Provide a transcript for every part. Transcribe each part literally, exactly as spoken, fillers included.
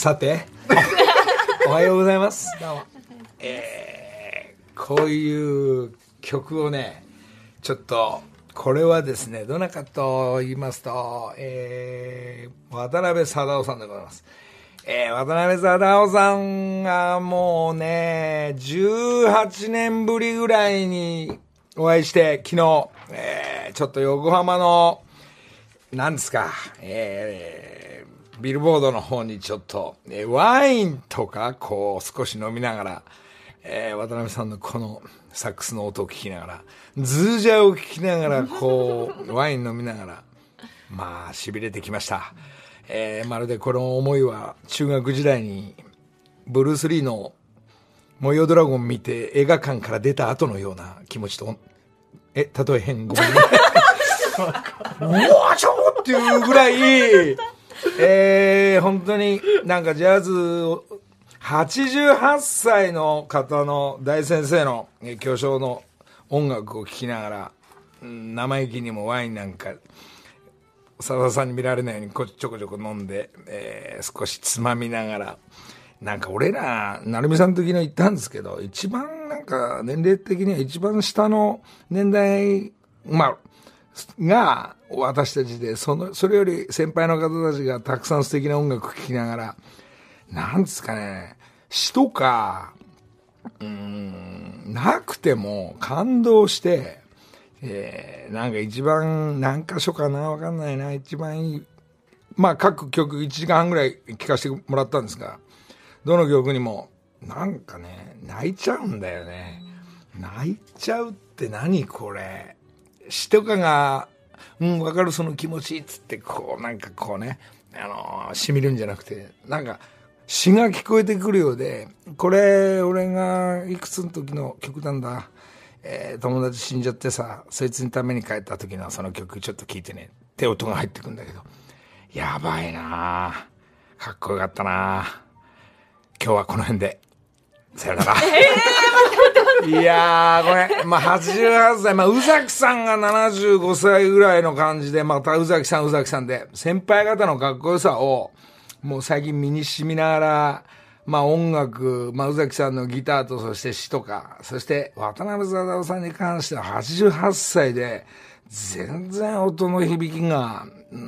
さておはようございます。どうも、えー、こういう曲をね、ちょっとこれはですね、どなたかと言いますと、えー、渡辺貞夫さんでございます。えー、渡辺貞夫さんがもうね、じゅうはちねんぶりぐらいにお会いして、昨日、えー、ちょっと横浜の、なんですか、えー、ビルボードの方にちょっと、えー、ワインとか、こう、少し飲みながら、えー、渡辺さんのこのサックスの音を聞きながら、ズージャーを聞きながら、こう、ワイン飲みながら、まあ、痺れてきました。えー、まるでこの思いは、中学時代に、ブルース・リーの模様ドラゴン見て映画館から出た後のような気持ちと、え、例え変ごめんね。うわちょーっていうぐらい、えー、本当になんかジャズを、はちじゅうはっさいの方の大先生の巨匠の音楽を聴きながら、うん、生意気にもワインなんか、さださんに見られないようにこちょこちょこ飲んで、えー、少しつまみながら、なんか俺ら、成美さんの時の言ったんですけど、一番なんか年齢的には一番下の年代、まあ、が私たちで、その、それより先輩の方たちがたくさん素敵な音楽を聴きながら、なんですかね、詩とか、うーん、なくても感動して、えー、なんか一番何箇所かなわかんないな、一番いい、まあ各曲いちじかんはんぐらい聴かせてもらったんですが、どの曲にもなんかね、泣いちゃうんだよね。泣いちゃうって何これ。詩とかが、うん、わかるその気持ちっつって、こうなんかこうね、あのー、しみるんじゃなくて、なんか詩が聞こえてくるようで、これ俺がいくつの時の曲なんだ、えー、友達死んじゃってさ、そいつにために帰った時のその曲ちょっと聞いてねって音が入ってくんだけど、やばいなぁ、かっこよかったなぁ。今日はこの辺でさよなら。えー、いやー、これ、まあ、はちじゅうはっさい、まあ、宇崎さんがななじゅうごさいぐらいの感じで、また宇崎さん、宇崎さんで、先輩方のかっこよさを、もう最近身に染みながら、まあ、音楽、まあ、宇崎さんのギターと、そして詩とか、そして渡辺貞夫さんに関してははちじゅうはっさいで、全然音の響きが、うん、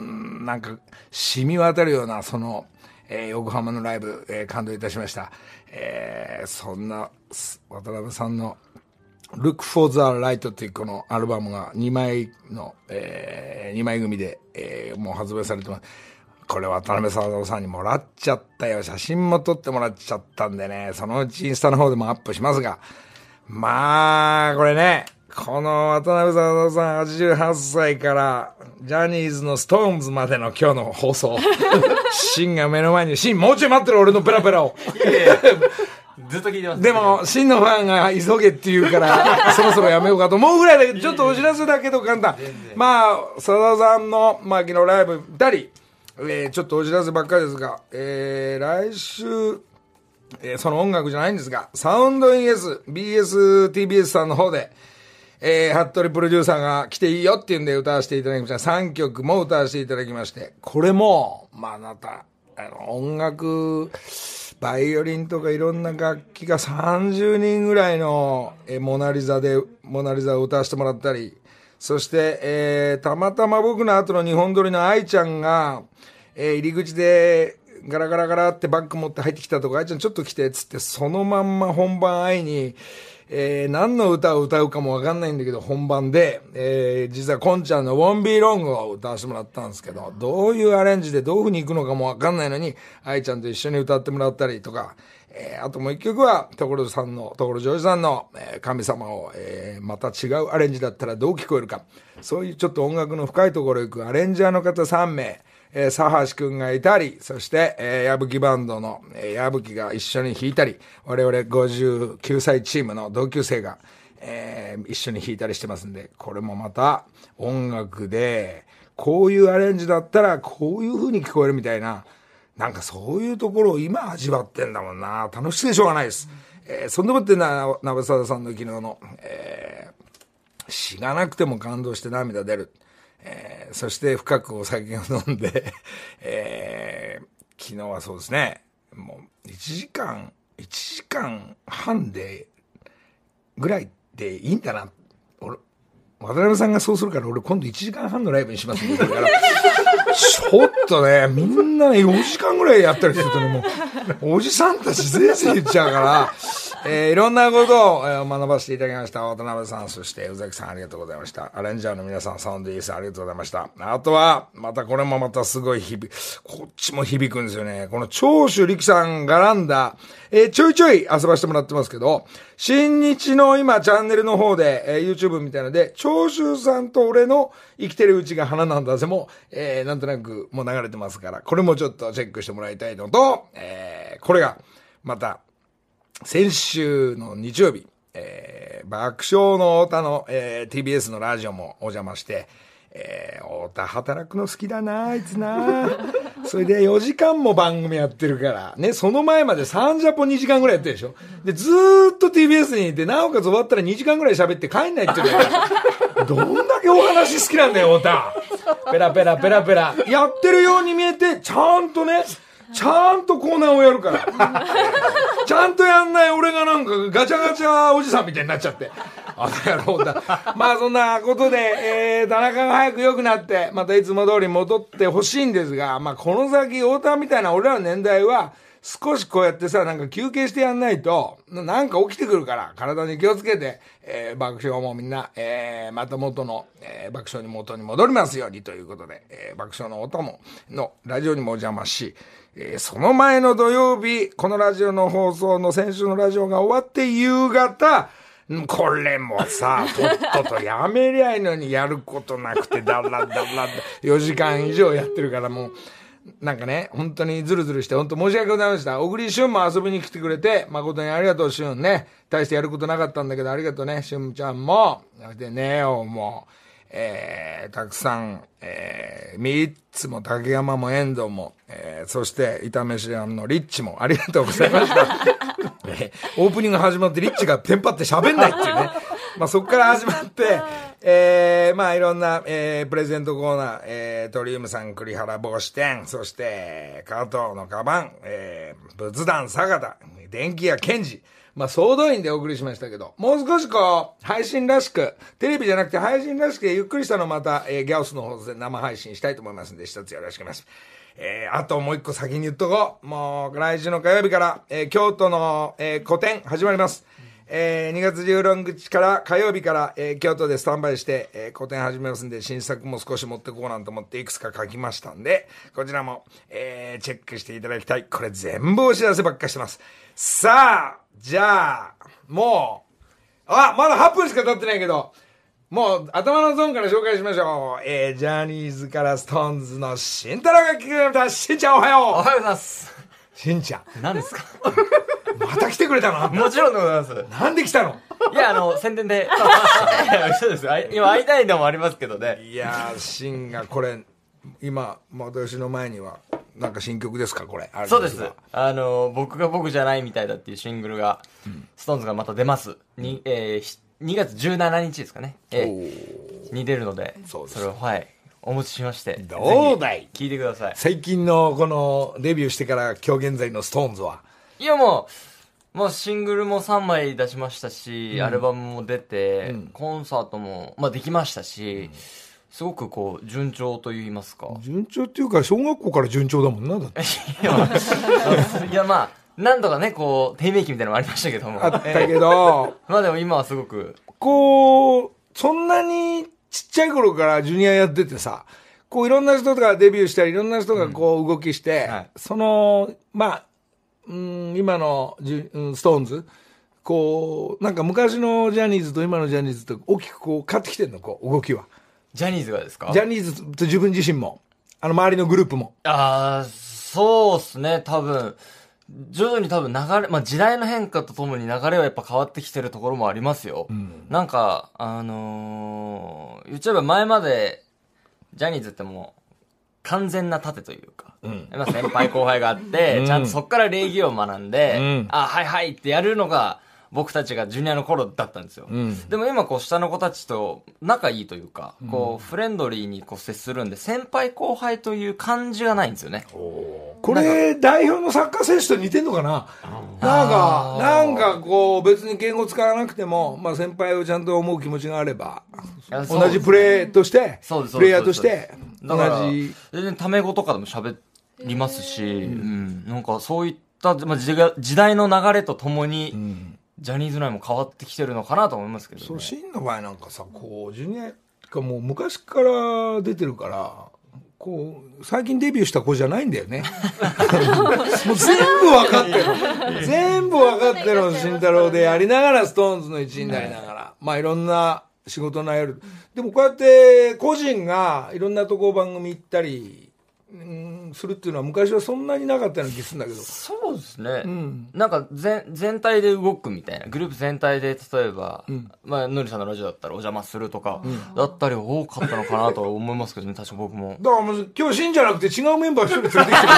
なんか、染み渡るような、その、えー、横浜のライブ、えー、感動いたしました。えー、そんな渡辺さんの Look for the Light というこのアルバムがにまいの、えー、にまい組で、えー、もう発売されてます。これ渡辺貞夫さんにもらっちゃったよ。写真も撮ってもらっちゃったんでね、そのうちインスタの方でもアップしますが、まあこれね、この渡辺貞夫さんはちじゅうはっさいからジャニーズのストーンズまでの今日の放送シンが目の前に、シンもうちょい待ってる俺のペラペラをずっと聞いてます。 でもシンのファンが急げって言うからそろそろやめようかと思うぐらいだけど、ちょっとお知らせだけど簡単。まあ貞夫さんの、まあ、昨日ライブ行ったり、えー、ちょっとお知らせばっかりですが、えー、来週えー、その音楽じゃないんですが、サウンドイン S、ビーエスティービーエス さんの方で、えー、服部プロデューサーが来ていいよっていうんで歌わせていただきました。さんきょくも歌わせていただきまして、これも、まあ、また、あの、音楽、バイオリンとかいろんな楽器がさんじゅうにんぐらいの、えー、モナリザで、モナリザを歌わせてもらったり、そして、えー、たまたま僕の後の日本撮りの愛ちゃんが、えー、入り口で、ガラガラガラってバッグ持って入ってきたとこ、あいちゃんちょっと来てっつって、そのまんま本番愛に、えー、何の歌を歌うかもわかんないんだけど、本番で、えー、実はこんちゃんの Won't Be Long を歌わせてもらったんですけど、どういうアレンジでどういう風に行くのかもわかんないのに、愛ちゃんと一緒に歌ってもらったりとか、えー、あともう一曲は、所さんの、所ジョージさんの、えー、神様を、えー、また違うアレンジだったらどう聞こえるか。そういうちょっと音楽の深いところ行くアレンジャーの方さんめい、えー、佐橋くんがいたり、そして、えー、矢吹バンドの、えー、矢吹が一緒に弾いたり、我々ごじゅうきゅうさいチームの同級生が、えー、一緒に弾いたりしてますんで、これもまた音楽で、こういうアレンジだったらこういう風に聞こえるみたいな、なんかそういうところを今味わってんだもんな。楽しくてしょうがないです。うん、えー、そんでもってな、鍋沢さんの昨日の、えー、詩がなくても感動して涙出る。えー、そして深くお酒を飲んで、えー、昨日はそうですね、 もういちじかんいちじかんはんでぐらいでいいんだな。俺渡辺さんがそうするから俺今度いちじかんはんのライブにしますんで、だからちょっとねみんなねよじかんぐらいやったりするとね、もうおじさんたちぜいぜい言っちゃうから、えー、いろんなことを、えー、学ばせていただきました。渡辺さん、そして宇崎さんありがとうございました。アレンジャーの皆さん、サウンドイースありがとうございました。あとはまたこれもまたすごい響こっちも響くんですよね。この長州力さんがらんだ、えー、ちょいちょい遊ばせてもらってますけど、新日の今チャンネルの方で、えー、YouTube みたいので長州さんと俺の生きてるうちが花なんだぜも、えー、なんとなくもう流れてますから、これもちょっとチェックしてもらいたいのと、えー、これがまた先週の日曜日、えー、爆笑の太田の、えー、ティービーエス のラジオもお邪魔して、えー、太田働くの好きだなあいつなそれでよじかんも番組やってるからね、その前までサンジャポにじかんぐらいやってるでしょ。でずーっと ティービーエス にいて、なおかつ終わったらにじかんぐらい喋って帰んないって言うからどんだけお話好きなんだよ太田。ペラペラペラペラやってるように見えて、ちゃんとねちゃんとコーナーをやるからちゃんとやんない俺がなんかガチャガチャおじさんみたいになっちゃって、あの野郎だ。まあそんなことで、えー、田中が早く良くなってまたいつも通り戻ってほしいんですが、まあこの先太田みたいな俺らの年代は少しこうやってさ、なんか休憩してやんないとなんか起きてくるから、体に気をつけて、えー、爆笑もみんな、えー、また元の、えー、爆笑に元に戻りますようにということで、えー、爆笑のお供のラジオにもお邪魔し、えー、その前の土曜日このラジオの放送の先週のラジオが終わって夕方、これもさとっととやめりゃいいのにやることなくてだらだらよじかん以上やってるから、もうなんかね本当にズルズルして本当申し訳ございました。小栗旬も遊びに来てくれて誠にありがとう旬ね。大してやることなかったんだけどありがとうね旬ちゃんも。でネオも、えー、たくさん、えー、ミッツも竹山も遠藤も、えー、そして炒めし屋のリッチもありがとうございました、えー、オープニング始まってリッチがテンパって喋んないっていうねまあそこから始まってえー、まあいろんな、えー、プレゼントコーナー、えー、トリウムさん栗原帽子店、そして加藤のカバン、えー、仏壇坂田、電気屋健二、まあ総動員でお送りしましたけど、もう少しこう配信らしく、テレビじゃなくて配信らしくゆっくりしたのをまた、えー、ギャオスの方で生配信したいと思いますんで一つよろしくお願いします。えー、あともう一個先に言っとこう。もう来週の火曜日から、えー、京都の、えー、個展始まります。えー、にがつじゅうろくにちから火曜日から、えー、京都でスタンバイして、えー、個展始めますんで、新作も少し持ってこうなんて思っていくつか書きましたんで、こちらも、えー、チェックしていただきたい。これ全部お知らせばっかしてます。さあじゃあもうあまだはっぷんしか経ってないけど、もう頭のゾーンから紹介しましょう。えー、ジャニーズからストーンズの慎太郎が来てくれました。しんちゃんおはよう。 おはようございます。 しんちゃん何ですかまた来てくれたの？ もちろんでございます。 なんで来たの？ いや、あの、宣伝で。そうです。今会いたいのもありますけどね。 いやー、シンがこれ、今、私の前には、なんか新曲ですか、これ。あれそうです。あの、僕が僕じゃないみたいだっていうシングルが、うん、ストーンズがまた出ます。に、えー、にがつじゅうしちにちですかね。えー、に出るので、そうです。それを、はい。お持ちしまして。 どうだい？ 聞いてください。 最近のこのデビューしてから今日現在のストーンズは？ いやもう、もうシングルもさんまい出しましたし、うん、アルバムも出て、うん、コンサートも、まあ、できましたし、うん、すごくこう順調と言いますか。 順調っていうか小学校から順調だもんな。だっていや、いやまあ何度かねこう低迷期みたいなのもありましたけども。 あったけど、 まあでも今はすごくこうそんなにちっちゃい頃からジュニアやっててさ、こういろんな人がデビューしたりいろんな人がこう動きして、うんはい、そのまあうん今のジュ、うん、ストーンズこうなんか昔のジャニーズと今のジャニーズと大きくこう変わってきてるの、こう動きは。 ジャニーズがですか？ ジャニーズと自分自身もあの周りのグループも。 ああそうっすね。多分徐々に多分流れ、まあ、時代の変化とともに流れはやっぱ変わってきてるところもありますよ、うん、なんかあのー、言っちゃえば前までジャニーズってもう完全な盾というか、うん、先輩後輩があって、うん、ちゃんとそこから礼儀を学んで、うん、あはいはいってやるのが僕たちがジュニアの頃だったんですよ。 うん、 でも今こう下の子たちと仲いいというか、こうフレンドリーにこう接するんで、先輩後輩という感じがないんですよね。 これ代表のサッカー選手と似てんのかな。なんかなんかこう別に言語使わなくても、まあ、先輩をちゃんと思う気持ちがあれば同じプレーとしてプレイヤーとして同じ全然タメ語とかでも喋りますし、うん、なんかそういった、まあ、時代の流れとともに、うん、ジャニーズ内も変わってきてるのかなと思いますけどね。 そう真の場合なんかさこうジュニアがもう昔から出てるからこう最近デビューした子じゃないんだよねもう全部分かってる全部分かってるの慎太郎でやりながらストーンズの一員になりながら、まあいろんな仕事のやる。でもこうやって個人がいろんなとこ番組行ったり、うん、するっていうのは昔はそんなになかったような気するんだけど。 そうですね、うん、なんか全全体で動くみたいな、グループ全体で例えば、うん、まあのりさんのラジオだったらお邪魔するとか、うん、だったり多かったのかなと思いますけどね。確か僕もだからもう今日シンじゃなくて違うメンバー一人連れてきてくれる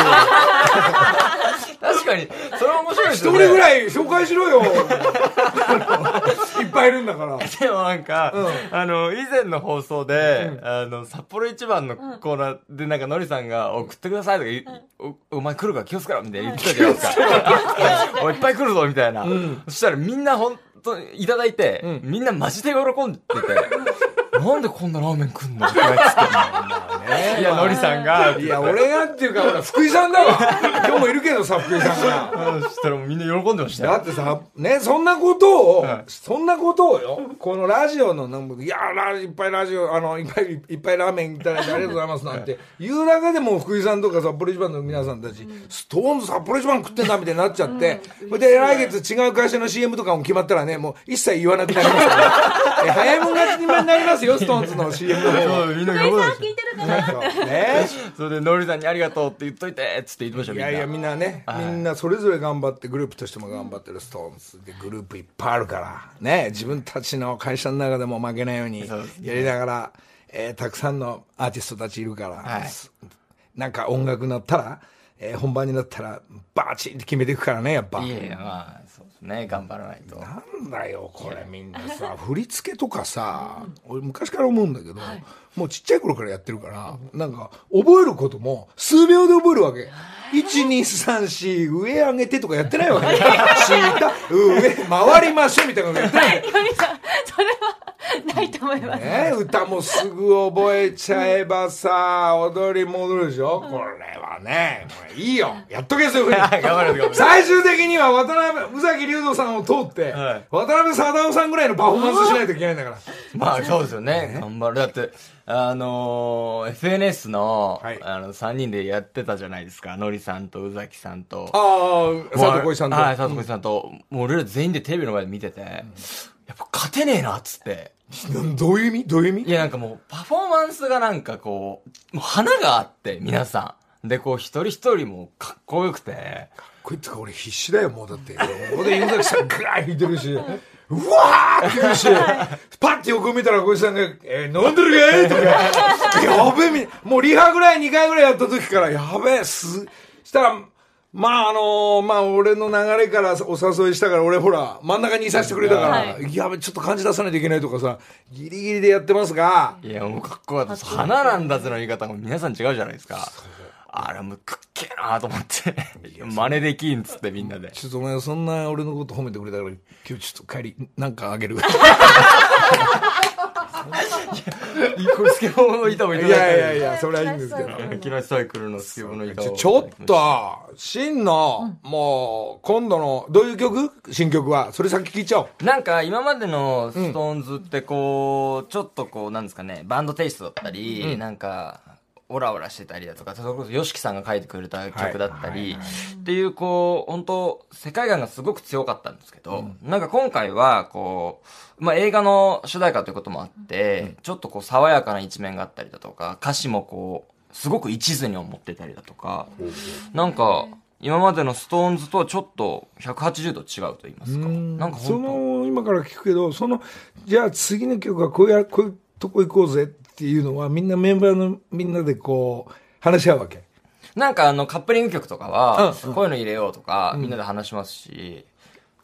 確かにそれは面白いですよね。 一人ぐらい紹介しろよいっぱいいるんだから。 でもなんか、うん、あの以前の放送で、うん、あの札幌一番のコーナーでなんかのりさんが送ってくださいとか言、うん、お, お前来るから気をつけろみたいな言ってたじゃないですかおいいっぱい来るぞみたいな、うん、そしたらみんな本当にいただいて、うん、みんなマジで喜んでてなんでこんなラーメン食んのって言っていや、のりさんが。 いや、俺がっていうか、ほら、福井さんだわ。今日もいるけどさ、福井さんが。そしたらもうみんな喜んでましたよ。 だってさ、ね、そんなことを、はい、そんなことをよ、このラジオの、いやラ、いっぱいラジオ、あの、いっぱいいっぱいラーメンいただいてありがとうございますなんて、言うだけでも福井さんとか札幌一番の皆さんたち、ストーンズ札幌一番食ってんだみたいになっちゃって、それで来月違う会社の シーエム とかも決まったらね、もう一切言わなくなりますからね。早いもん勝ちになりますよ、ストーンズの シーエム の方。 そう、みんな喜んでました。聞いてるからね。それでのりさんにありがとうって言っといてっつって言ってました。 いやいやみんなね、みんなそれぞれ頑張ってグループとしても頑張ってるストーンズでグループいっぱいあるからね、自分たちの会社の中でも負けないようにやりながら、えー、たくさんのアーティストたちいるから、はい、なんか音楽になったら、えー、本番になったらバチンって決めていくからね、やっぱ。 いやいや、まあそうですね、頑張らないと。 なんだよこれ、みんなさ振り付けとかさ、俺昔から思うんだけど、はい、もうちっちゃい頃からやってるから、なんか覚えることも数秒で覚えるわけ。いちにさんよん上上げてとかやってないわけ。下上回りましょうみたいなのやってない。 それはないと思います、 ね、歌もすぐ覚えちゃえばさ、踊り戻るでしょ、うん、これはね、これいいよ、やっとけそういうふうに最終的には渡辺宇崎竜童さんを通って、はい、渡辺貞夫さんぐらいのパフォーマンスしないといけないんだから。 まあそうですよね、頑張る。だってあのー、エフエヌエス の、はい、あのさんにんでやってたじゃないですか。のりさんと宇崎さんと、 ああ佐藤浩市さんと、 はい、佐藤浩市さんと、うん、もう俺ら全員でテレビの前で見てて、うん、やっぱ勝てねえなっつって。 どういう意味どういう意味？ いやなんかもうパフォーマンスがなんかこう、もう花があって皆さんでこう一人一人もかっこよくて、 かっこいいってか俺必死だよもう。だってここで宇崎さんガーッ弾いてるしうわーって言うし、パッて横見たら小石さんが、えー、飲んでるかいとか、やべえ、もうリハぐらいにかいぐらいやった時から、やべえ、す、したら、まああのー、まあ俺の流れからお誘いしたから、俺ほら、真ん中にいさせてくれたから、はい、やべえ、ちょっと感じ出さないといけないとかさ、ギリギリでやってますが。 いや、もうかっこよかった。花なんだぜの言い方も皆さん違うじゃないですか。あれもうくっけえなと思って真似できんっつってみんなで。 ちょっとお前そんな俺のこと褒めてくれたから今日ちょっと帰りなんかあげる。いやこれスケボーの板もいただいて。 いやいやいやそれはいいんですけど。 木梨サイクルのスケボーの板を。 ちょっと真の、うん、もう今度のどういう曲新曲はそれ先聞いちゃおう。 なんか今までのストーンズってこうちょっとこうなんですかね、バンドテイストだったり、うん、なんかオラオラしてたりだとか、それこそ ヨシキ さんが書いてくれた曲だったり、はい、っていうこう本当世界観がすごく強かったんですけど、うん、なんか今回はこう、まあ、映画の主題歌ということもあって、うん、ちょっとこう爽やかな一面があったりだとか、歌詞もこうすごく一途に思ってたりだとか、うん、なんか今までのストーンズとはちょっとひゃくはちじゅうど違うと言いますか、んなんかその今から聞くけど、そのじゃあ次の曲はこうやこういうとこ行こうぜっていうのはみんなメンバーのみんなでこう話し合うわけ。 なんかあのカップリング曲とかはこういうの入れようとかみんなで話しますし、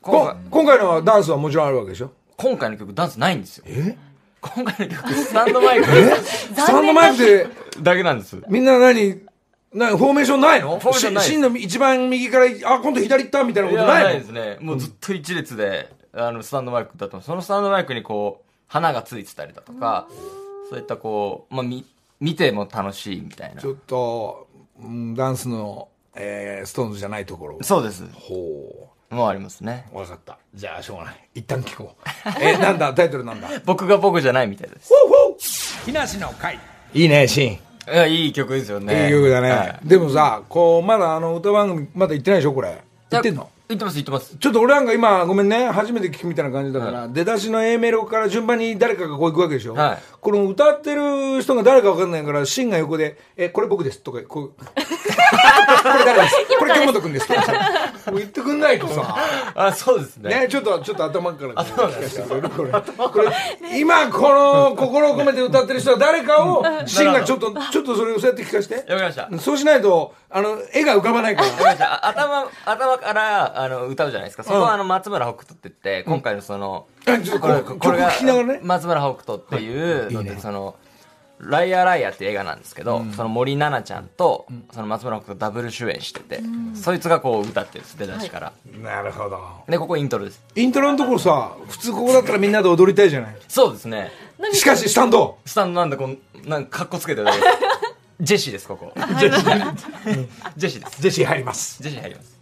こ今回のダンスはもちろんあるわけでしょ。 今回の曲ダンスないんですよ。 え今回の曲スタンドマイクスタンドマイクでだけなんです。 みんな何なフォーメーションないの？ フォーメーションない。 芯の一番右からあ今度左行ったみたいなことないの？ いやないですね。もうずっと一列で、うん、あのスタンドマイクだとそのスタンドマイクにこう花がついてたりだとか、うん、そういったこうまあみ見ても楽しいみたいな。 ちょっと、うん、ダンスの、えー、ストーンズじゃないところ。 そうです。 ほう。 もうありますね。 わかった。じゃあしょうがない。一旦聞こう。えー、なんだタイトルなんだ。 僕が僕じゃないみたいです。 ほうほう。木梨の会。いいねシーン。 いやいい曲ですよね。 いい曲だね。 はい、 でもさ、こうまだあの歌番組まだ行ってないでしょこれ。行ってんの？ 行ってます行ってます。 ちょっと俺なんか今ごめんね初めて聞くみたいな感じだから、はい、出だしの A メロから順番に誰かがこう行くわけでしょ、はい、この歌ってる人が誰か分かんないからシンが横で「えこれ僕です」とかこうこれ誰ですこれ京本君ですとかさもう言ってくんないとさあそうですねねちょっとちょっと頭から聞かせてくれるこれこれ今この心を込めて歌ってる人は誰かをシンがちょっとちょっとそれをそうやって聞かせて。 やめました。 そうしないとあの絵が浮かばないから。 やめました頭頭からあの歌うじゃないですか。そこはあの松村北斗って言って今回のその、 うん、ちょっとこれこれが聞きながらね松村北斗っていうので、はい、いいね、そのライアーライアーっていう映画なんですけど、うん、その森七菜ちゃんと、うん、その松村北斗ダブル主演してて、うん、そいつがこう歌ってるんです出だしから、はい、 なるほど。 でここイントロです。 イントロのところさ普通ここだったらみんなで踊りたいじゃない。 そうですね。 しかしスタンドスタンドなんだこんなんかカッコつけてるジェシーですここジェシージェシーですジェシー入りますジェシー入ります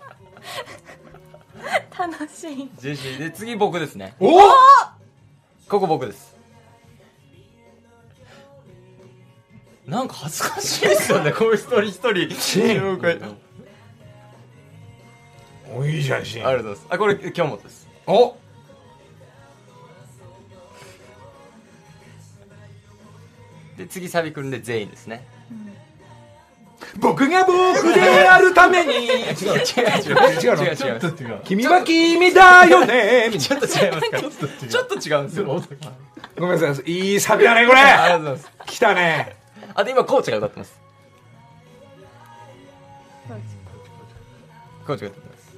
楽しい。 ジェシーで次僕ですね。 おおここ僕です。なんか恥ずかしいですよねこういう一人一人シーンおいいじゃんシーン。 ありがとうございます。あこれ京本です。 おで次サビくるんで全員ですね、 うん、僕が僕であるために違う違う違う違う違う違うちょっと違う君は君だよねちょっと違いますかちょっと違うんですよごめんなさいいいサビだねこれありがとうございます。 来たねあで今コーチが歌ってますコーチが歌ってます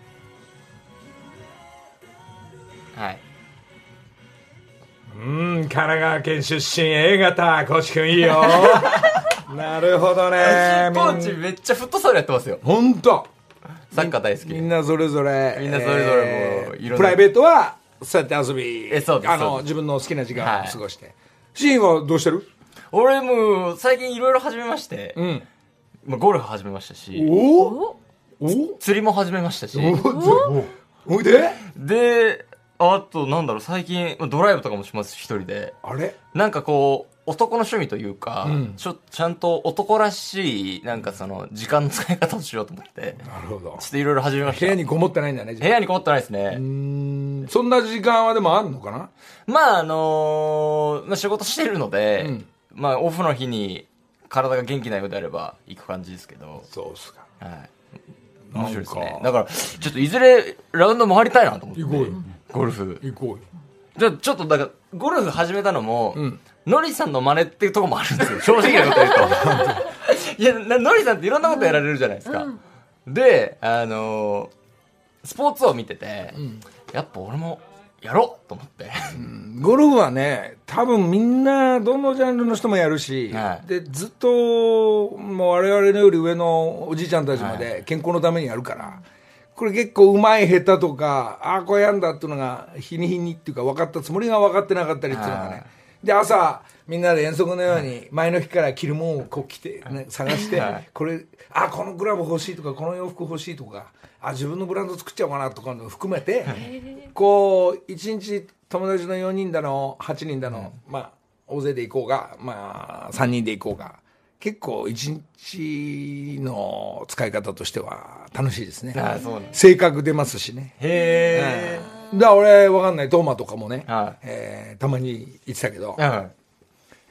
はい。 うん神奈川県出身 A 型コーチくんいいよなるほどねコーチめっちゃフットサルやってますよ本当サッカー大好きみんなそれぞれみんなそれぞれもういろんなプライベートはそうやって遊びえそうですあの自分の好きな時間を過ごして、はい、シーンはどうしてる？ 俺も最近いろいろ始めまして、 うんまあ、ゴルフ始めましたしおお釣りも始めましたしおおいでであとなんだろう最近ドライブとかもします一人で。 あれなんかこう男の趣味というか、 うん、 ちょちゃんと男らしいなんかその時間の使い方をしようと思ってなるほどちょっといろいろ始めました。 部屋にこもってないんだね。 部屋にこもってないですね。うーんそんな時間はでもあるのかな。 まああのーまあ、仕事してるので、うん、まあオフの日に体が元気なようであれば行く感じですけど。 そうっすか。 はい面白いですね。だからちょっといずれラウンド回りたいなと思って。 行こうよゴルフ行こうよ。 じゃあちょっとだからゴルフ始めたのも、うん、ノリさんの真似っていうところもあるんですよ正直なこと言うといやノリさんっていろんなことやられるじゃないですか、うん、であのー、スポーツを見てて、うん、やっぱ俺もやろうと思って、 うん、ゴルフはね多分みんなどのジャンルの人もやるし、はい、でずっともう我々のより上のおじいちゃんたちまで健康のためにやるから、はい、これ結構うまい下手とかああこうやんだっていうのが日に日にっていうか分かったつもりが分かってなかったりっていうのがね、はい、で朝みんなで遠足のように前の日から着るものをこう着て、ね、探して、はい、これあこのグラブ欲しいとかこの洋服欲しいとかあ自分のブランド作っちゃおうかなとかの含めてこういちにち友達のよにんだのはちにんだの、うん、まあ大勢で行こうが、まあ、さんにんで行こうが結構いちにちの使い方としては楽しいですね。 あそうなんです。 性格出ますしね。 へえ。だから俺わかんないトーマとかもね、 はいえー、たまに言ってたけど、 はい、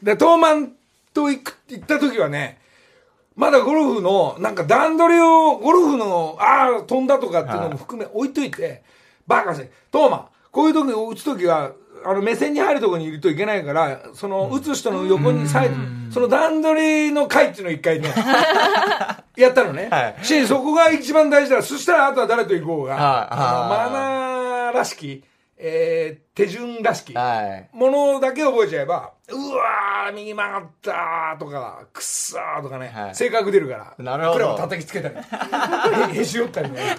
でトーマンと行く行った時はねまだゴルフのなんか段取りをゴルフのああ飛んだとかっていうのも含め置いといて、はい、バカせトーマンこういう時打つ時はあの目線に入るところにいるといけないから、その打つ人の横にサイド、その段取りの回っていうのを一回ね、やったのね。はい、し、そこが一番大事だ。そしたらあとは誰と行こうが、あのマナーらしき、えー、手順らしき、はい、ものだけ覚えちゃえば、うわー、右曲がったとか、くっさーとかね、はい、性格出るから、 なるほど。 クラブ叩きつけたり、へ, へし折ったりね。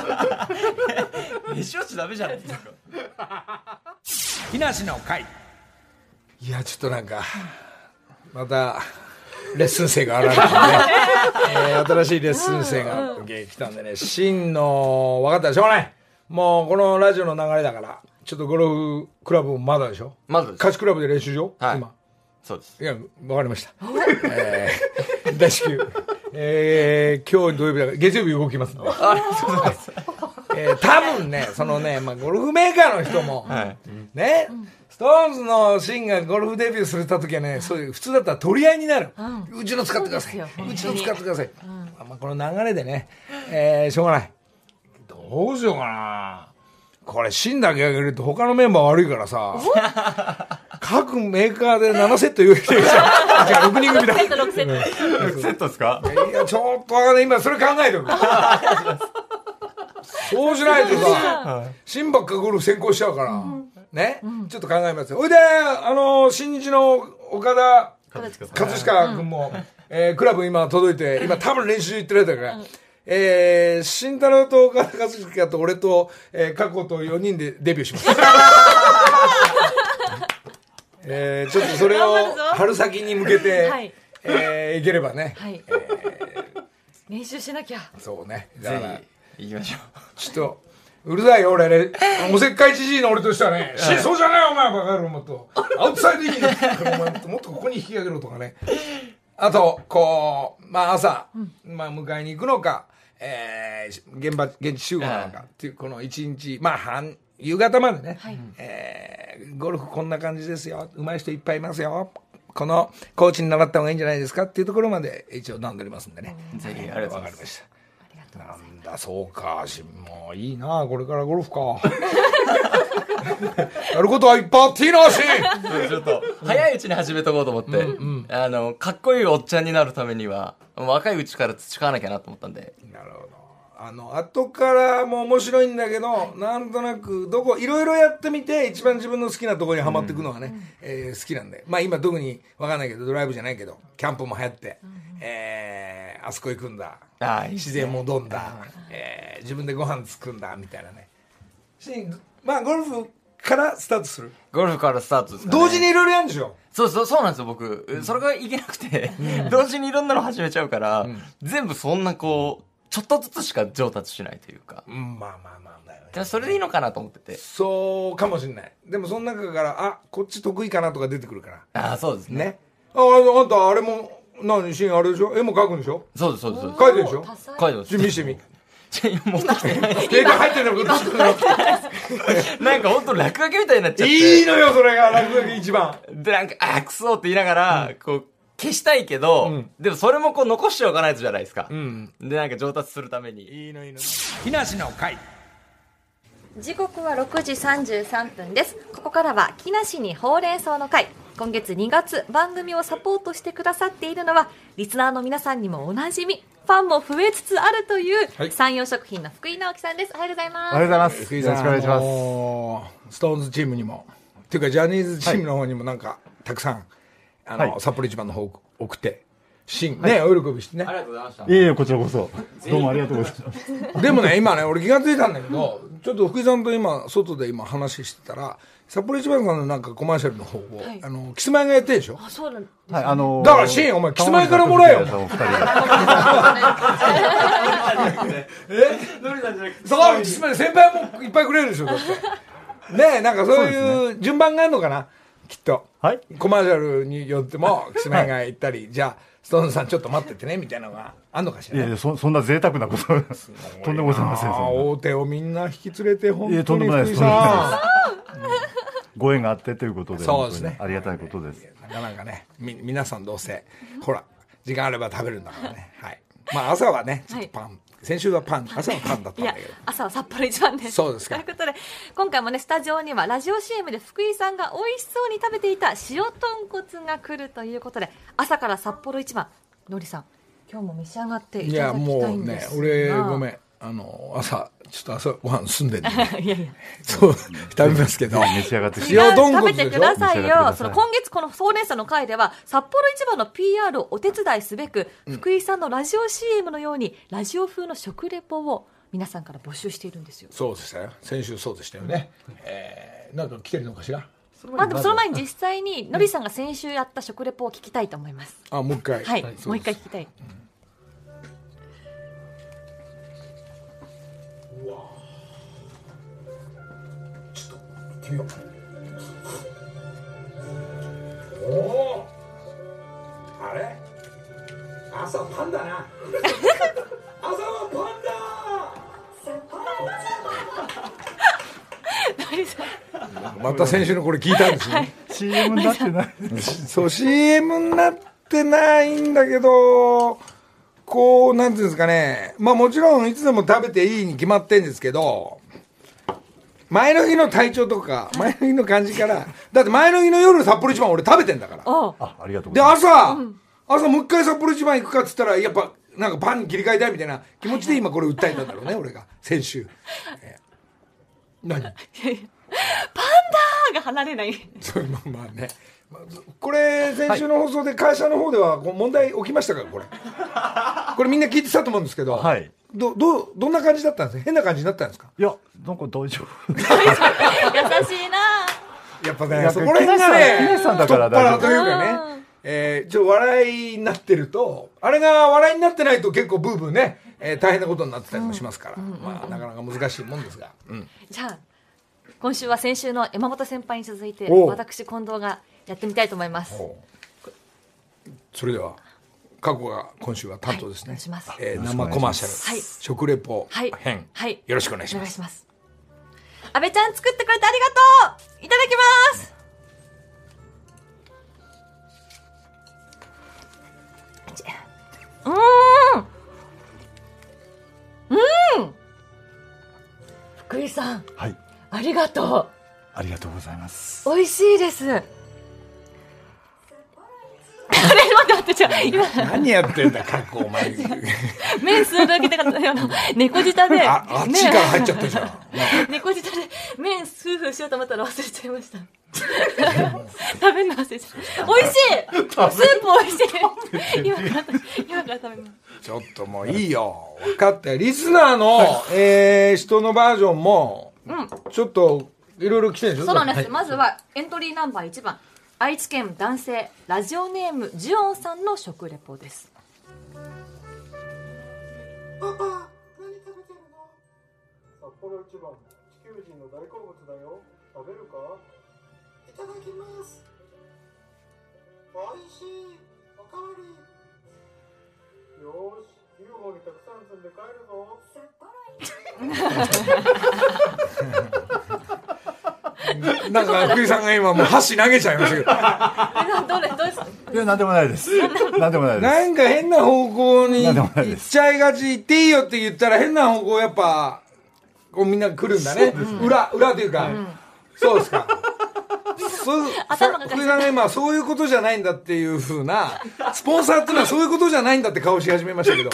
へし折っちゃダメじゃないですか。 木梨の会。いや、ちょっとなんか、また、レッスン生が現れたんで、ねえー、新しいレッスン生が来たんでね、真の、分かったらしょうがない。もう、このラジオの流れだから、ちょっとゴルフクラブもまだでしょ？ まだです。 貸しクラブで練習場？ はい。 今。 そうです。 いや、わかりました。えー、大至急。えー、今日土曜日だから、月曜日動きますので。 ありがとうございます。 えー、多分ね、そのね、まあ、ゴルフメーカーの人も、はい、ね、うん、ストーンズのシンがゴルフデビューするた時はね、そういう、普通だったら取り合いになる。うん、うちの使ってください。う, うちの使ってください。うん、まあ、この流れでね、えー、しょうがない。どうしようかな。これ、シンだけあげると他のメンバー悪いからさ、各メーカーでななセット用意してるじゃん。じゃあろくにん組だ。 ろくセット、ろくセット。ろくセットですか？ いや、ちょっとわかんない。今それ考えてる。そうしないとさ、シンばっかゴルフ先行しちゃうから、ね、ちょっと考えますよ。おいで、あの、新日の岡田葛飾君も、えー、クラブ今届いて、今多分練習行ってるやつだから、えー、慎太郎と岡田和樹と俺と、えー、過去とよにんでデビューします。えー、ちょっとそれを春先に向けて、はい、えー、いければね、はい、えー、練習しなきゃ。 そうね。だから行きましょう。 ちょっとうるさいよ俺ね。おせっかいじじいの俺としてはね、し、そうじゃないお前バカ野郎もっとアウトサイドインお前もっとここに引き上げろとかね。あとこうまあ朝、うん、まあ迎えに行くのか。えー、現場現地集合なのかっていうこの一日まあ半夕方までね、はい、えー、ゴルフこんな感じですよ、上手い人いっぱいいますよ、このコーチに習った方がいいんじゃないですかっていうところまで一応段取りますんでね。 ぜひありがとうございます。 わかりました。なんだそうか、もういいなこれからゴルフか。やることはいっぱいあっていいなし。 ちょっと早いうちに始めとこうと思って、うんうん、あのかっこいいおっちゃんになるためには若いうちから培わなきゃなと思ったんで。 なるほど。あの後からも面白いんだけど、はい、なんとなくどこいろいろやってみて一番自分の好きなところにはまっていくのがね、うんえー、好きなんで、まあ今特に分かんないけどドライブじゃないけどキャンプも流行って、うんえー、あそこ行くんだ、あ自然戻んだ、えー、自分でご飯作るんだみたいなね。まあゴルフからスタートする。 ゴルフからスタートですかね。 同時にいろいろやるんでしょ。 そうそうそうなんですよ僕、うん、それがいけなくて、うん、同時にいろんなの始めちゃうから、うん、全部そんなこうちょっとずつしか上達しないというか、 うん、まあまあまあだよね。 じゃあそれでいいのかなと思ってて。 そうかもしれない。でもその中からあこっち得意かなとか出てくるから。 ああそうですね。ねああんたあれも何シーンあれでしょ、絵も描くんでしょ。 そうですそうです。 描いてるでしょ。 描いてます。 見してみ。 持ってきてない。 携帯入ってるのかどうするの。 なんか本当落書きみたいになっちゃって。 いいのよそれが落書き一番。 でなんかあクソって言いながら、うん、こう消したいけど、うん、でもそれもこう残しておかないとじゃないですか。うん、でなんか上達するために。 いいのいいの。木梨の会。 時刻はろくじさんじゅうさんぷんです。ここからは木梨にほうれん草の会。今月にがつ番組をサポートしてくださっているのはリスナーの皆さんにもおなじみ、ファンも増えつつあるという、はい、山陽食品の福井直樹さんです。おはようございます。 おはようございます。 福井さん、よろしくお願いします。ストーンズチームにもっていうかジャニーズチームの方にもなんか、はい、たくさんあの、はい、札幌一番の方送ってシン、はい、ねお喜びしてね。 ありがとうございました。 いえいえこちらこそどうもありがとうございます。 でもね今ね俺気がついたんだけど、ちょっと福井さんと今外で今話してたら札幌一番さんのなんかコマーシャルの方を、はい、あのキスマイがやってるでしょ。 あそうなんです、 ね、はい、あのー、 だからシンお前キスマイからもらえよ。えそうキスマイ先輩もいっぱいくれるでしょだってねえなんかそういう順番があるのかなきっと、はい、コマーシャルによってもキスマイが行ったり、はい、じゃあストーンズさんちょっと待っててねみたいなのがあんのかしら、ね、 いやいや そ, そんな贅沢なこととんでもございません。 大手をみんな引き連れて本当にとんでもないです。ご縁があってということでそうですねありがたいことです。 なかなかねみ皆さんどうせほら時間あれば食べるんだからね、はい、まあ朝はねちょっとパン先週はパン、朝はパンだったいやんだけど。 朝は札幌一番です。 そうですか。 ということで今回もねスタジオにはラジオ シーエム で福井さんが美味しそうに食べていた塩豚骨が来るということで、朝から札幌一番のりさん今日も召し上がっていいやただきたもうねいんですが。 俺ごめん、あの朝ちょっと朝ご飯済んでるんでいやいやそう食べますけど召し上がって違う塩豚食骨でしょべてください召し上がってくださいよ。その今月このほうれん草の会では札幌一番の ピーアール をお手伝いすべく、福井さんのラジオ シーエム のようにラジオ風の食レポを皆さんから募集しているんですよ。 そうでしたよ、先週そうでしたよね、えー、なんか来てるのかしら。 まあでもその前に実際にのりさんが先週やった食レポを聞きたいと思います。 あもう一回はい、 そうですもう一回聞きたい。 うわちょっと行ってみよう。おおあれ朝パンだな朝はパンだのりさんまた先週のこれ聞いたんですね、 シーエム になってないそう シーエム になってないんだけど、こうなんていうんですかね、まあもちろんいつでも食べていいに決まってんですけど、前の日の体調とか前の日の感じからだって前の日の夜札幌一番俺食べてんだから。 おうあありがとうごでざいます。 朝、朝もう一回札幌一番行くかっつったらやっぱなんかパンに切り替えたいみたいな気持ちで今これ訴えたんだろうね俺が先週、えー何パンダーが離れないそうまあまあね、まあこれ先週の放送で会社の方ではこう問題起きましたからこれこれみんな聞いてたと思うんですけど、 はい。 どどどんな感じだったんですか、変な感じになったんですか。 いや、なんか大丈夫。 優しいな。 やっぱいやねそこら辺がね木梨さんだから大丈夫太っ腹というかね、えー、ちょ笑いになってるとあれが笑いになってないと結構ブーブーね、えー、大変なことになってたりもしますから、まあ、なかなか難しいもんですが、うんじゃあ今週は先週の山本先輩に続いておう私近藤がやってみたいと思います。 おそれでは過去が今週は担当ですね、 はいお願いしますえー生コマーシャル、 はい食レポはい編、 はいよろしくお願いしおます。 願いします。安倍ちゃん作ってくれてありがとう。いただきます。うーんうん福井さんはい。 ありがとありがとうございます。 う。美味しいです。あれ待って待ってじゃあ今何やってんだ過去お前麺数だけでかったような猫舌でああっちから入っちゃったじゃん猫舌で麺スーフーしようと思ったら忘れちゃいました食べるの忘れちゃった美味しいスープ美味しい今から今から食べますちょっともういいよ分かったよ。リスナーの、えー人のバージョンもちょっといろいろ来てるでしょ。 そうなんです、 はいまずはエントリーナンバーいちばん愛知県男性ラジオネームジュオンさんの食レポです。 パパ、何食べてるの？札幌一番、地球人の大好物だよ。食べるか？いただきます。おいしい。おかわり。よーし、ユーフォー にたくさん積んで帰るぞ。なんか福井さんが今もう箸投げちゃいましたけどどれどうですか？ いや、なんでもないです。なんでもないです。 なんか変な方向になんでもない行っですちゃいがち、行っていいよって言ったら変な方向やっぱこうみんな来るんだね。裏裏というか、そうですか。そう頭が福井さんが今そういうことじゃないんだっていう風なスポンサーっていうのはそういうことじゃないんだって顔し始めましたけど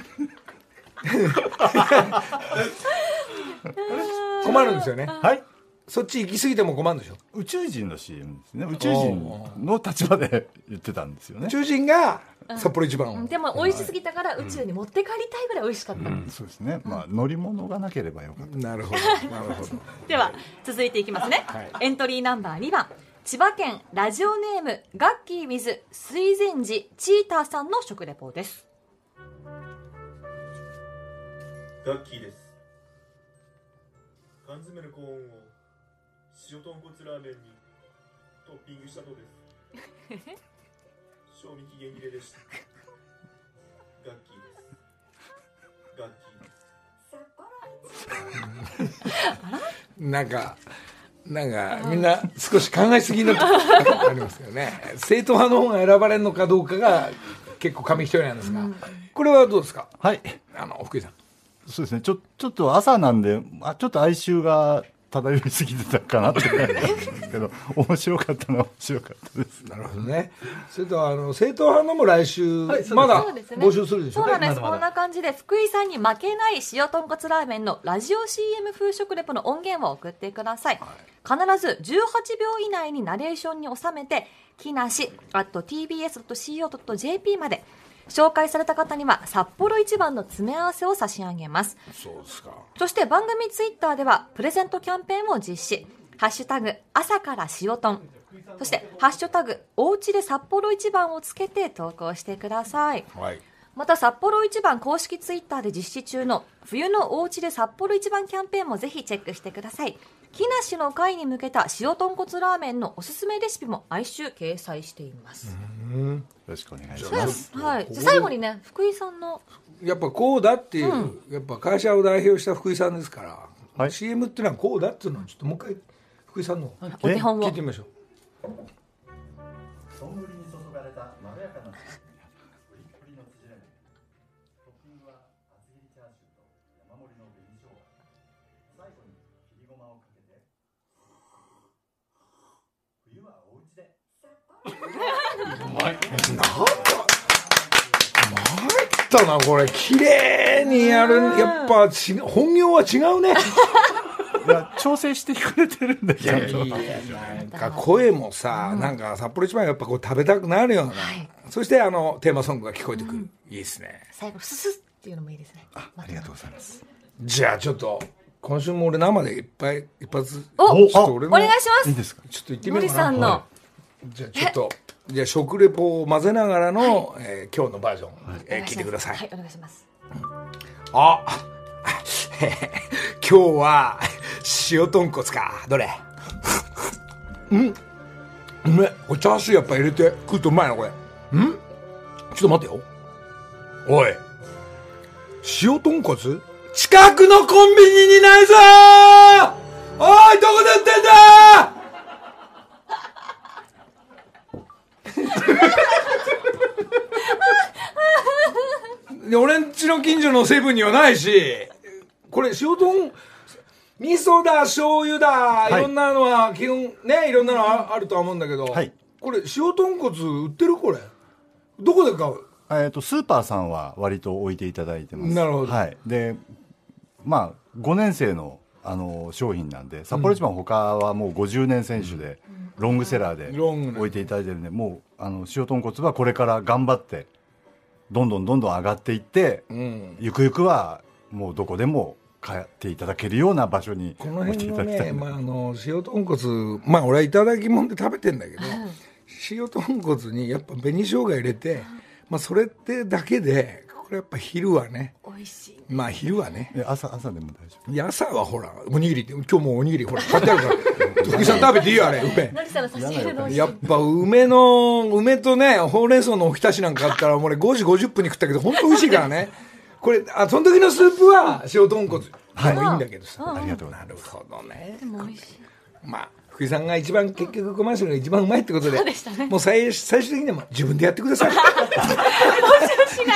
困るんですよね。 はい。 そっち行き過ぎても困るんでしょ。 宇宙人の シーエム ですね。宇宙人の立場で言ってたんですよね宇。宙人が札幌一番を、 でも美味しすぎたから宇宙に持って帰りたいぐらい美味しかった、 うん、そうですね。まあ、乗り物がなければよかった。 なるほどなるほどでは続いていきますね、 はいエントリーナンバーにばん千葉県ラジオネームガッキーウィズ水前寺チーターさんの食レポです。 ガッキーです。缶詰のコーンを塩豚骨ラーメンにトッピングしたのです賞味期限切れでした。ガッキーです。ガッキーです。 なんかなんかみんな少し考えすぎのところありますよね。正統派の方が選ばれるのかどうかが結構紙一重なんですが、これはどうですか？ はい。 あの福井さん。 そうですね、ちょちょっと朝なんで、あちょっと哀愁が漂いすぎてたかなって感じですけど、面白かったのは面白かったです。 なるほどね。それとあの正統派のも来週、はい、まだ募集するでしょうね。 そうなんです。こんな感じで福井さんに負けない塩豚骨ラーメンのラジオ シーエム 風食レポの音源を送ってください。はい、必ずじゅうはちびょう以内にナレーションに収めて、木梨 アットティービーエスドットシーオードットジェーピー まで。紹介された方には札幌一番の詰め合わせを差し上げます。 そうですか。 そして番組ツイッターではプレゼントキャンペーンを実施。ハッシュタグ朝から塩豚、そしてハッシュタグおうちで札幌一番をつけて投稿してください。 はい、 また札幌一番公式ツイッターで実施中の冬のおうちで札幌一番キャンペーンもぜひチェックしてください。木梨の会に向けた塩豚骨ラーメンのおすすめレシピも毎週掲載しています。 うん、よろしくお願いします。 はい、じゃ最後にね、福井さんのやっぱこうだっていう、うん、やっぱ会社を代表した福井さんですから、はい、シーエム っていうのはこうだっていうのをちょっともう一回福井さんのお手本を聞いてみましょう。 丼に注がれたまろやかなプリプリのつじれ麺、トッピングは厚切りチャーシューと山盛りの紅生姜、最後に切りごまをかけて、冬はおうちでうまい。なんか参ったなこれ、綺麗にやる。やっぱち本業は違うね。 いや調整してくれてるんで、 いやいやいや、なんか声もさ、うん、なんか札幌一番やっぱこう食べたくなるような、はい、そしてあのテーマソングが聞こえてくる、うん、いいですね。 最後ススっていうのもいいですね。 あ, ありがとうございます。 じゃあちょっと今週も俺生でいっぱい一発おちょっと俺もお願いします。 いいですか。 ちょっと言ってみようかな。 のりさんの、はい、 じゃあちょっとじゃあ食レポを混ぜながらの、はい、えー、今日のバージョン、はい、えー、聞いてください。 はい、お願いします。 あ今日は塩豚骨か。どれうんうめえ。これチャーシューやっぱ入れて食うとうまいなこれ。んちょっと待ってよ。おい、塩豚骨近くのコンビニにないぞー。おい、どこで売ってんだー俺んちの近所のセブンにはないし、これ塩豚味噌だ醤油だ、はい、いろんなのは基本ね、いろんなのはあるとは思うんだけど、はい、これ塩豚骨売ってる？これどこで買う？ えーとスーパーさんは割と置いていただいてます。 なるほど。 はい、でまあごねん生のあの商品なんで、札幌一番他はもうごじゅうねん選手で、うん、ロングセラーで置いていただいてるんで、もうあの塩豚骨はこれから頑張ってどんどんどんどん上がっていって、うん、ゆくゆくはもうどこでも買っていただけるような場所に置いていただきたい。 この辺のね、まあ、あの塩豚骨、まあ俺はいただきもんで食べてんだけど、塩豚骨にやっぱ紅生姜入れて、まあ、それってだけでこれやっぱ昼はね美味しい。 まあ昼はね、 朝朝でも大丈夫。 いや朝はほらおにぎり、今日もおにぎりほら買ってあるから福井さん食べていいよあれ梅。 のりさんの差し入れのやっぱ梅の梅とねほうれん草のおひたしなんかあったら俺ごじごじゅっぷんに食ったけど本当美味しいからね。これあその時のスープは塩豚骨でもいいんだけどさ、 はい、ありがとうございます。 なるほどね。 でも美味しい。 まあ福井さんが一番結局コマーシャルが一番うまいってことで、 そうでしたね、 もう最最終的には自分でやってください。 募集しない。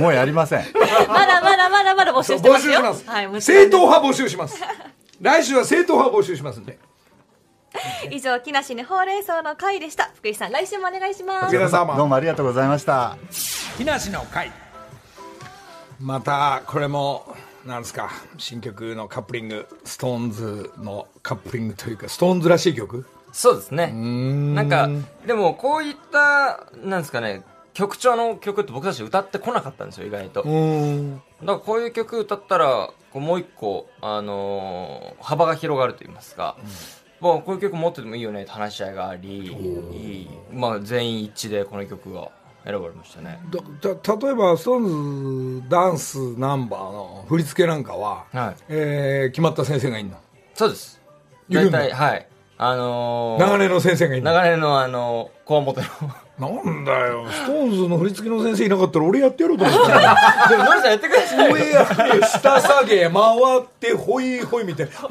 もうやりません。 まだまだまだまだ募集してますよ。 募集します。 はい、 正統派募集します。来週は正統派募集しますんで。 以上、木梨にほうれん草の会でした。福井さん、来週もお願いします。 皆様どうもありがとうございました。 木梨の会、またこれもなんですか、新曲のカップリング、ストーンズのカップリングというかストーンズらしい曲。 そうですね。んなんかでもこういったなんですかね、曲調の曲って僕たち歌ってこなかったんですよ、意外と。うんだからこういう曲歌ったらこうもう一個、あのー、幅が広がると言いますか、うん、もうこういう曲持っててもいいよねって話し合いがあり、いい、まあ、全員一致でこの曲が選ばれましたね。 だだ例えばストーンズダンスナンバーの振り付けなんかは、はい、えー、決まった先生がいるの？ そうです。大体、はい、あのー、 長年の先生がいるの？ 長年のあのー、こわもてのなんだよ、ストーンズの振り付けの先生いなかったら俺やってやろうと思って。 でもノリさんやってください。 上やって下下げ回ってホイホイみたいな。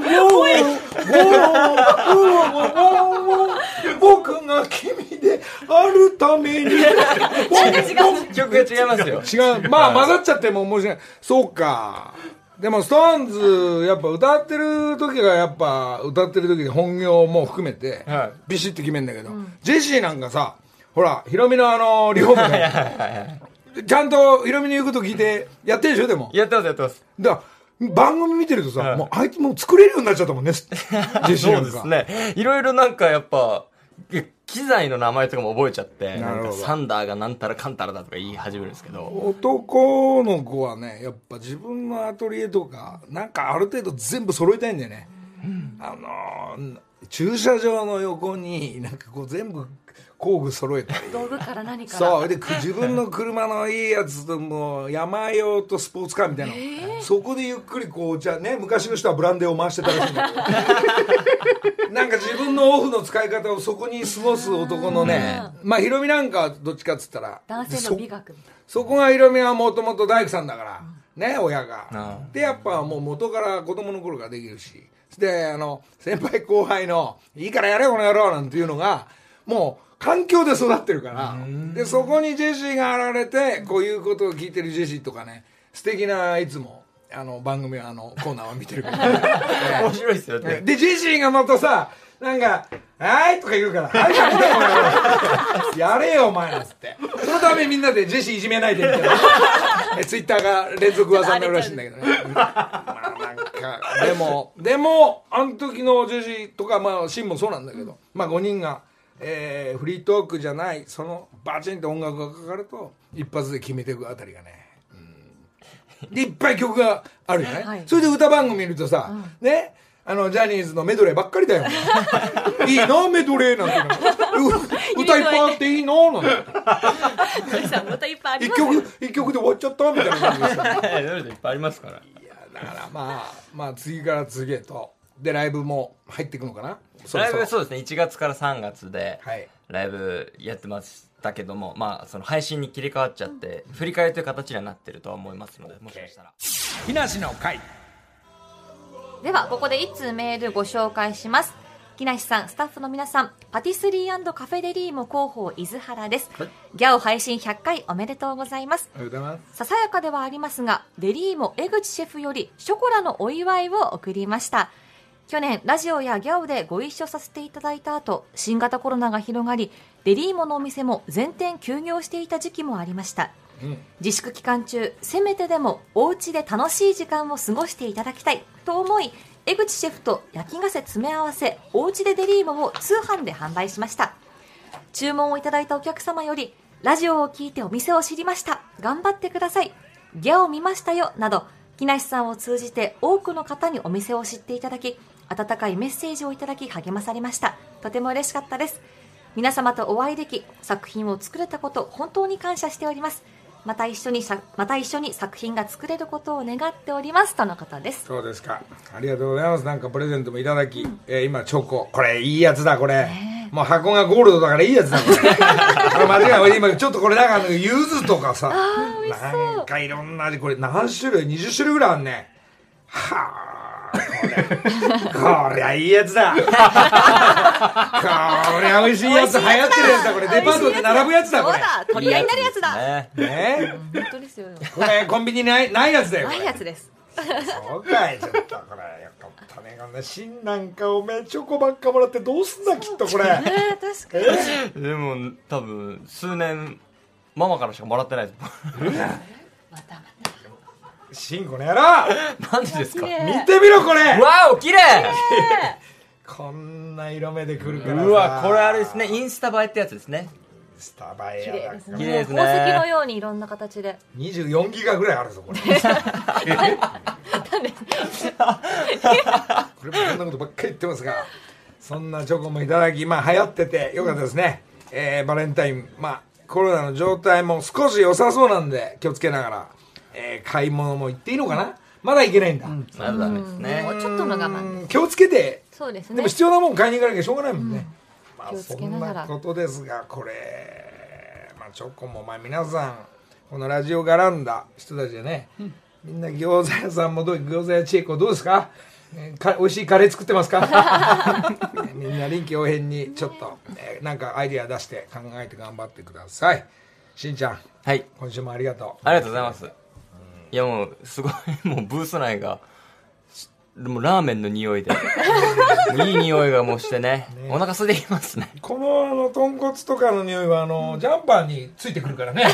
僕が君であるために。 曲が違いますよ。 違う。まあ混ざっちゃっても面白い。そうか。 でもストーンズやっぱ歌ってる時がやっぱ歌ってる時で本業も含めてビシッと決めんだけど、うん、ジェシーなんかさほらヒロミのあのリフォームでちゃんとヒロミの言うこと聞いてやってるでしょ。でもやってますやってます。 だから番組見てるとさ、はい、もうあいつもう作れるようになっちゃったもんねジェシーなんか。 そうですね。いろいろなんかやっぱ機材の名前とかも覚えちゃって、なんかサンダーがなんたらかんたらだとか言い始めるんですけど、 男の子はねやっぱ自分のアトリエとかなんかある程度全部揃えたいんだよね、うん、あのー、駐車場の横になんかこう全部工具揃えたり道具から何からそうで自分の車のいいやつともう山用とスポーツカーみたいな、えー、そこでゆっくりこうじゃあね昔の人はブランデーを回してたらしいんだけどなんか自分のオフの使い方をそこに過ごす男のね、まあヒロミなんかはどっちかっつったら男性の美学そ, そこがヒロミはもともと大工さんだから、うん、ね親がでやっぱもう元から子供の頃からできるしであの先輩後輩のいいからやれこの野郎なんていうのがもう環境で育ってるからでそこにジェシーが現れてこういうことを聞いてるジェシーとかね素敵ないつもあの番組あのコーナーを見てるから面白いっすよね。 でジェシーがまたさなんか「はい」とか言うから「はいやめてよお前やれよお前」なんつってそのためみんなでジェシーいじめないでみたいなツイッターが連続噂になるらしいんだけどねまあなんかでもでもあの時のジェシーとかまあシンもそうなんだけどまあごにんがえー、フリートークじゃないそのバチンと音楽がかかると一発で決めていくあたりがね、うん、でいっぱい曲があるじゃない、はい、それで歌番組見るとさ、うん、ねあのジャニーズのメドレーばっかりだよいいなメドレーなんて歌いっぱいあっていいななんて歌いっぱいありますよ一曲一曲で終わっちゃったみたいな感じですよいっぱいありますから。いやだからまあまあ次から次へとでライブも入っていくのかな。 ライブそうですねいちがつからさんがつでライブやってましたけども、まあその配信に切り替わっちゃって、うん、振り返りという形にはなってるとは思いますので、もしかしたら木梨の会ではここでいっつうメールご紹介します。木梨さんスタッフの皆さんパティスリー&カフェデリーモ広報伊豆原です、はい、ギャオ配信ひゃっかいおめでとうございます。 ありがとうございます。 ささやかではありますがデリーモ江口シェフよりショコラのお祝いを送りました。去年ラジオやギャオでご一緒させていただいた後新型コロナが広がりデリーモのお店も全店休業していた時期もありました、うん、自粛期間中せめてでもお家で楽しい時間を過ごしていただきたいと思い江口シェフと焼き菓せ詰め合わせおうちでデリーモを通販で販売しました。注文をいただいたお客様よりラジオを聞いてお店を知りました頑張ってくださいギャオ見ましたよなど木梨さんを通じて多くの方にお店を知っていただき温かいメッセージをいただき励まされました。とても嬉しかったです。皆様とお会いでき作品を作れたこと本当に感謝しております。また一緒にまた一緒に作品が作れることを願っておりますとのことです。 そうですかありがとうございます。なんかプレゼントもいただき、うんえー、今チョコこれいいやつだこれ、えー、もう箱がゴールドだからいいやつだこれこれ間違い今ちょっとこれなんか柚子とかさなんかいろんな味これ何種類にじゅっしゅるいぐらいあるねはあこれこりゃいいやつだこりゃ美味しいやつ流行ってるやつだこれデパートで並ぶやつだこれそうだ取り合いになるやつだねね本当ですよこれコンビニないないやつだよないやつですそうかいちょっとこれよかったねこんな新なんかおめえチョコばっかもらってどうすんだきっとこれね確かにでも多分数年ママからしかもらってないですまたまたシンコの野郎何でですか見てみろこれわお綺麗こんな色目でくるからさうわこれあれですねインスタ映えってやつですね。 インスタ映えやだ綺麗ですね宝石のようにいろんな形でにじゅうよんギガぐらいあるぞこれこれもこんなことばっかり言ってますがそんなチョコもいただきまあ流行っててよかったですね、うんえー、バレンタインまあコロナの状態も少し良さそうなんで気をつけながらえー、買い物も行っていいのかなまだ行けないんだ、うん、 まだダメですねもうちょっとの我慢気をつけてそうですねでも必要なもん買いに行かなきゃしょうがないもんね、 うんまあ、気をつけながらそんなことですがこれ、まあ、チョコもまあ皆さんこのラジオ絡んだ人たちでね、うん、みんな餃子屋さんもどう餃子屋チェコどうですかか美味しいカレー作ってますかみんな臨機応変にちょっと、えー、なんかアイディア出して考えて頑張ってください。しんちゃん、 はい、 今週もありがとう。 ありがとうございます。 いやもうすごいもうブース内がもうラーメンの匂いでもういい匂いがもうしてね、ね、お腹空いてきますね。 このあの豚骨とかの匂いはあのジャンパーについてくるからね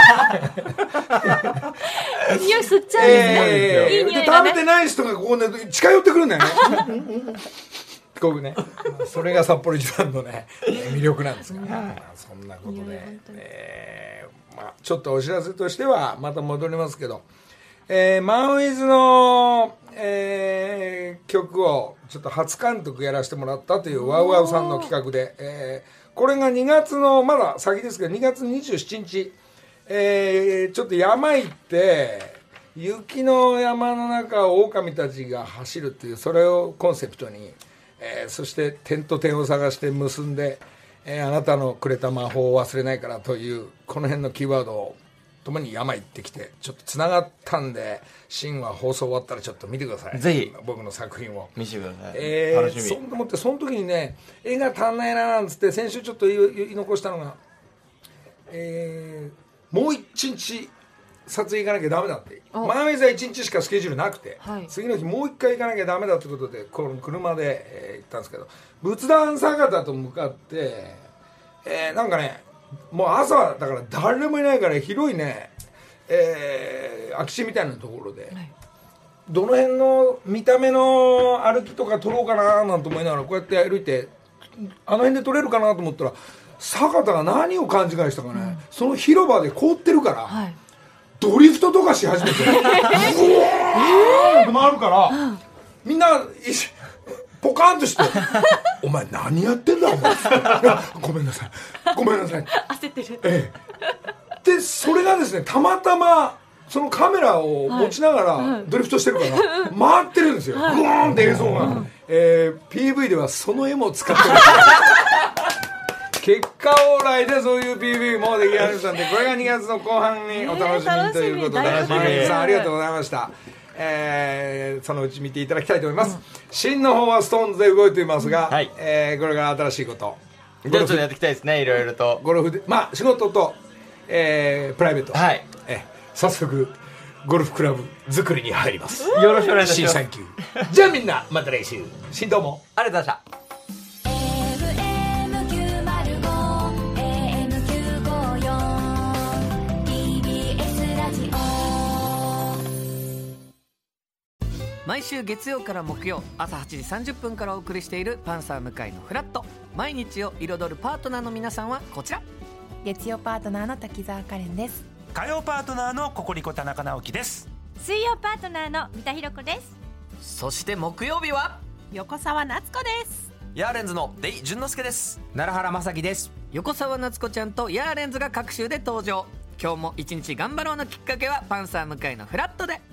匂い吸っちゃうんですね、えー、いい匂いがね。 で食べてない人がここで近寄ってくるんだよねこうね、それが札幌一番のね魅力なんですから、まあ、そんなことで、えーまあ、ちょっとお知らせとしてはまた戻りますけど、えー、マンウィズの、えー、曲をちょっと初監督やらせてもらったというワウワウさんの企画で、えー、これがにがつのまだ先ですけどにがつにじゅうしちにち、えー、ちょっと山行って雪の山の中を狼たちが走るっていう、それをコンセプトに、えー、そして点と点を探して結んで、えー、あなたのくれた魔法を忘れないからというこの辺のキーワードをともに山行ってきてちょっとつながったんで、シンは放送終わったらちょっと見てください。 ぜひ僕の作品を見せてください、 えー、楽しみ。そんと思ってその時にね、絵が足んないななんつって先週ちょっと言い残したのが、えー、もう一日撮影行かなきゃダメだって。マンウィズはいちにちしかスケジュールなくて、はい、次の日もう一回行かなきゃダメだってことでこの車で、えー、行ったんですけど、仏壇坂田と向かって、えー、なんかねもう朝だから誰もいないから広いね、えー、空き地みたいなところで、はい、どの辺の見た目の歩きとか撮ろうかななんて思いながらこうやって歩いてあの辺で撮れるかなと思ったら、坂田が何を勘違いしたかね、うん、その広場で凍ってるから、はい、ドリフトとかし始めてうわーって回るから、うん、みんなポカーンとしてお前何やってんだお前ごめんなさいごめんなさい焦ってる、 ええ、でそれがですねたまたまそのカメラを持ちながらドリフトしてるから回ってるんですよ、はい、グーンって映像が、うんえー、ピーブイ ではその絵も使ってる結果オーライでそういう ピーブイ も出来上がりましたんで、これがにがつの後半にお楽しみということで、マンウィズさんありがとうございました。えー、そのうち見ていただきたいと思います、うん、新の方はストーンズで動いていますが、はい、えー、これから新しいことちょっとやっていきたいですね、いろいろとゴルフで、まあ仕事と、えー、プライベート、はい、えー、早速ゴルフクラブ作りに入ります。 よろしくお願いします。 新サンキューじゃあみんなまた来週。新どうもありがとうございました。 毎週月曜から木曜朝はちじさんじゅっぷんからお送りしているパンサー向井のフラット。毎日を彩るパートナーの皆さんはこちら。 月曜パートナーの滝沢カレンです。 火曜パートナーのココリコ田中直樹です。 水曜パートナーの三田寛子です。 そして木曜日は横澤夏子です。 ヤーレンズのデイ淳之介です。 奈良原正樹です。 横澤夏子ちゃんとヤーレンズが各週で登場。今日も一日頑張ろうのきっかけはパンサー向井のフラットで。